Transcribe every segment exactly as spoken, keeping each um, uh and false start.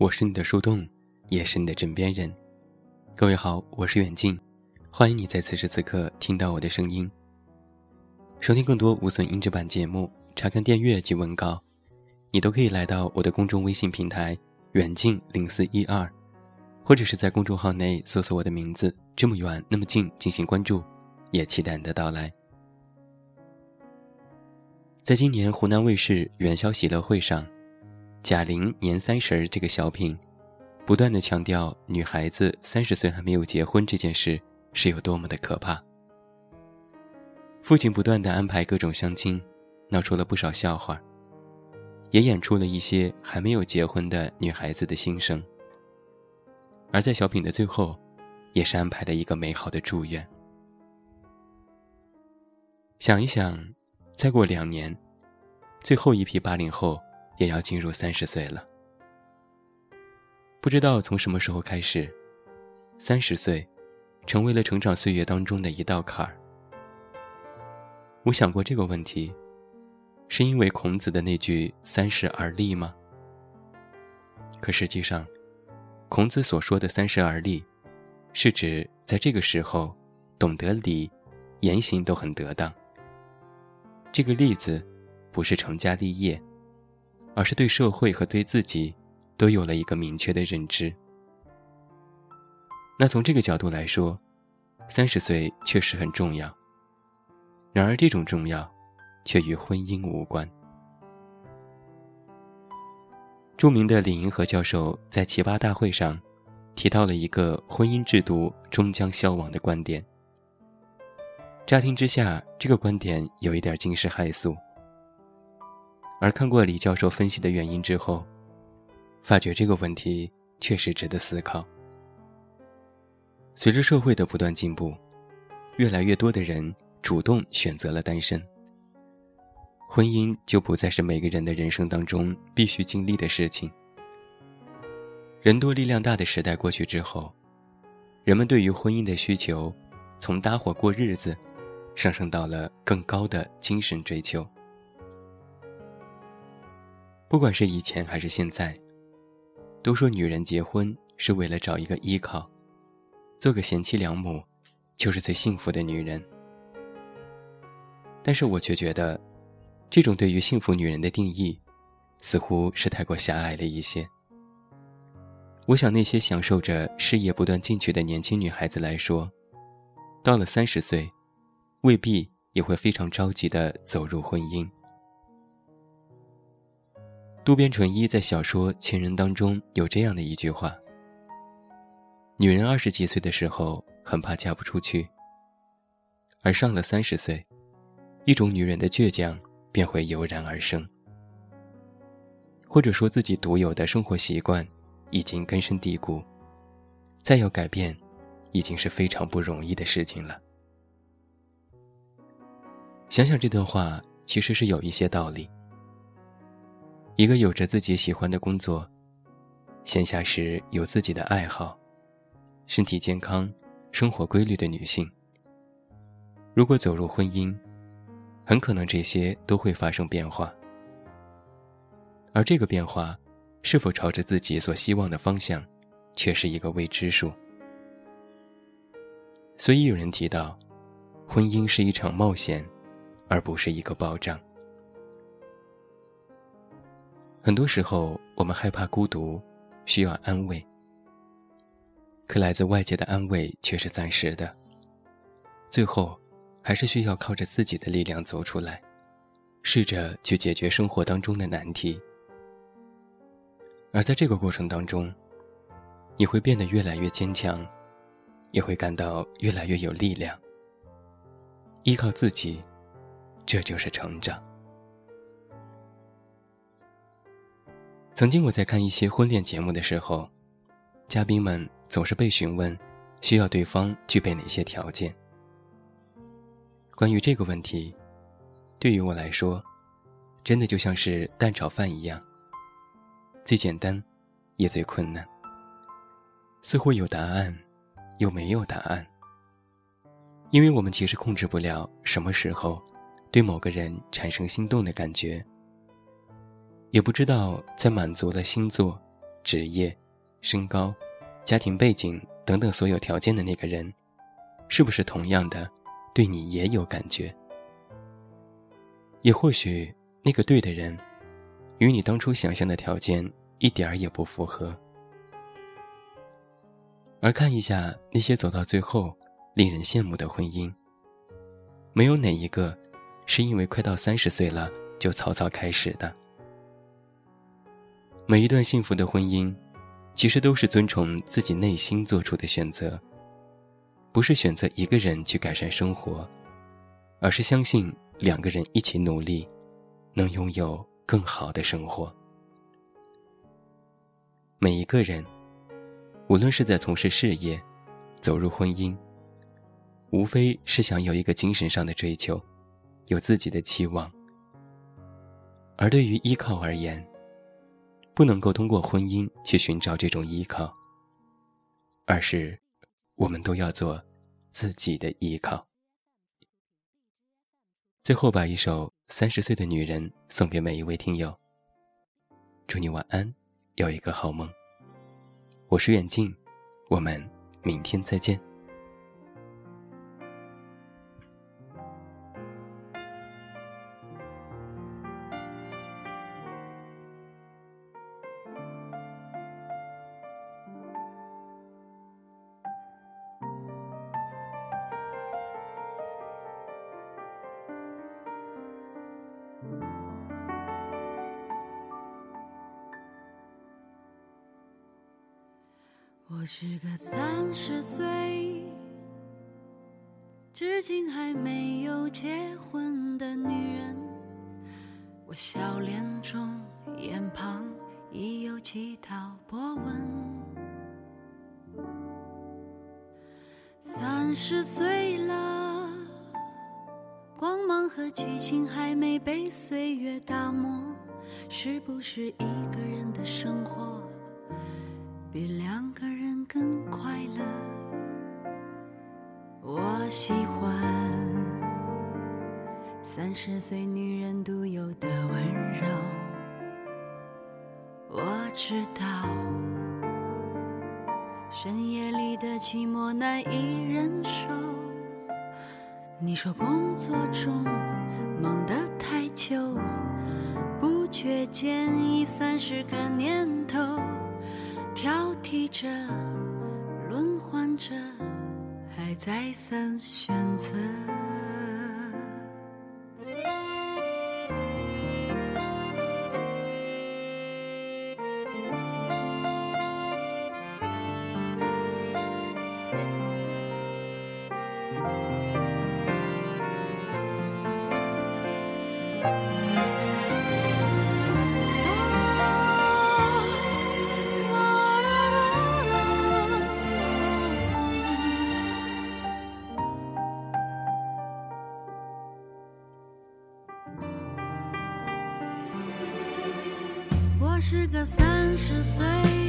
我是你的树洞，也是你的枕边人。各位好，我是远近，欢迎你在此时此刻听到我的声音。收听更多无损音质版节目，查看电阅及文稿，你都可以来到我的公众微信平台远近零四一二，或者是在公众号内搜索我的名字这么远那么近进行关注，也期待你的到来。在今年湖南卫视元宵喜乐会上，贾玲年三十这个小品不断地强调女孩子三十岁还没有结婚这件事是有多么的可怕。父亲不断地安排各种相亲，闹出了不少笑话，也演出了一些还没有结婚的女孩子的心声。而在小品的最后，也是安排了一个美好的祝愿。想一想，再过两年，最后一批八零后也要进入三十岁了。不知道从什么时候开始，三十岁成为了成长岁月当中的一道坎儿。我想过这个问题，是因为孔子的那句三十而立吗？可实际上，孔子所说的三十而立，是指在这个时候懂得礼，言行都很得当。这个立字不是成家立业，而是对社会和对自己都有了一个明确的认知。那从这个角度来说，三十岁确实很重要，然而这种重要却与婚姻无关。著名的李银河教授在奇葩大会上提到了一个婚姻制度终将消亡的观点。乍听之下，这个观点有一点惊世骇俗，而看过李教授分析的原因之后，发觉这个问题确实值得思考。随着社会的不断进步，越来越多的人主动选择了单身，婚姻就不再是每个人的人生当中必须经历的事情。人多力量大的时代过去之后，人们对于婚姻的需求从搭伙过日子上升到了更高的精神追求。不管是以前还是现在，都说女人结婚是为了找一个依靠，做个贤妻良母就是最幸福的女人。但是我却觉得，这种对于幸福女人的定义似乎是太过狭隘了一些。我想那些享受着事业不断进取的年轻女孩子来说，到了三十岁未必也会非常着急地走入婚姻。渡边淳一在小说《情人》当中有这样的一句话：女人二十几岁的时候很怕嫁不出去，而上了三十岁，一种女人的倔强便会油然而生。或者说自己独有的生活习惯已经根深蒂固，再要改变已经是非常不容易的事情了。想想这段话其实是有一些道理。一个有着自己喜欢的工作，闲暇时有自己的爱好，身体健康，生活规律的女性，如果走入婚姻，很可能这些都会发生变化。而这个变化是否朝着自己所希望的方向，却是一个未知数。所以有人提到，婚姻是一场冒险，而不是一个保障。很多时候我们害怕孤独，需要安慰，可来自外界的安慰却是暂时的，最后还是需要靠着自己的力量走出来，试着去解决生活当中的难题。而在这个过程当中，你会变得越来越坚强，也会感到越来越有力量。依靠自己，这就是成长。曾经我在看一些婚恋节目的时候，嘉宾们总是被询问需要对方具备哪些条件。关于这个问题，对于我来说，真的就像是蛋炒饭一样，最简单也最困难。似乎有答案，又没有答案。因为我们其实控制不了什么时候对某个人产生心动的感觉，也不知道在满足了星座、 职业、身高、家庭背景等等所有条件的那个人，是不是同样的对你也有感觉？也或许那个对的人与你当初想象的条件一点儿也不符合。而看一下那些走到最后令人羡慕的婚姻，没有哪一个是因为快到三十岁了就草草开始的。每一段幸福的婚姻其实都是遵从自己内心做出的选择，不是选择一个人去改善生活，而是相信两个人一起努力，能拥有更好的生活。每一个人，无论是在从事事业，走入婚姻，无非是想有一个精神上的追求，有自己的期望。而对于依靠而言，不能够通过婚姻去寻找这种依靠，而是我们都要做自己的依靠。最后把一首《三十岁的女人》送给每一位听友，祝你晚安，有一个好梦。我是远近，我们明天再见。 我是个三十岁，至今还没有结婚的女人。我笑脸中眼旁已有几道波纹。三十岁了，光芒和激情还没被岁月打磨，是不是一个人的生活比两个人更快乐？我喜欢三十岁女人独有的温柔。我知道深夜里的寂寞难以忍受。你说工作中忙得太久，不觉间已三十个年头，挑剔着，轮换着，还再三选择。我是个三十岁，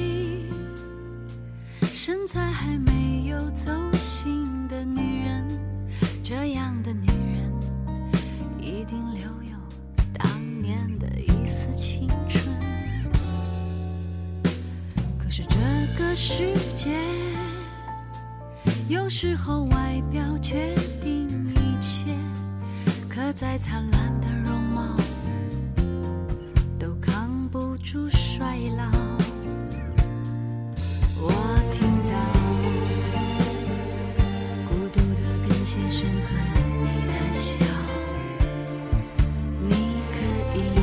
身材还没有走形的女人，这样的女人一定留有当年的一丝青春。可是这个世界有时候外表决定一切，可再灿烂的容貌住衰老。我听到孤独的跟鞋声和你的笑，你可以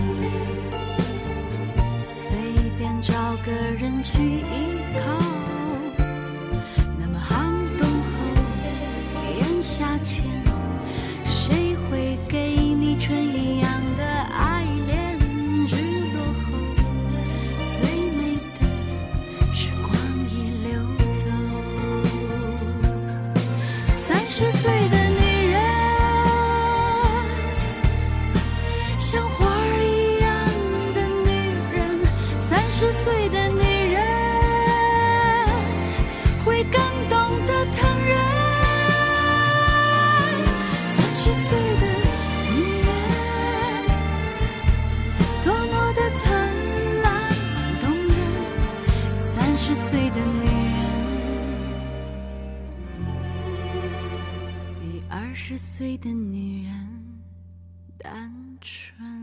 随便找个人去依靠。那么寒冬后炎夏前，谁会给你春一样的爱恋？三十岁的女人，像花儿一样的女人，三十岁的女人会更懂得疼人。三十岁的女人，多么的灿烂动人， 十岁的女人单纯。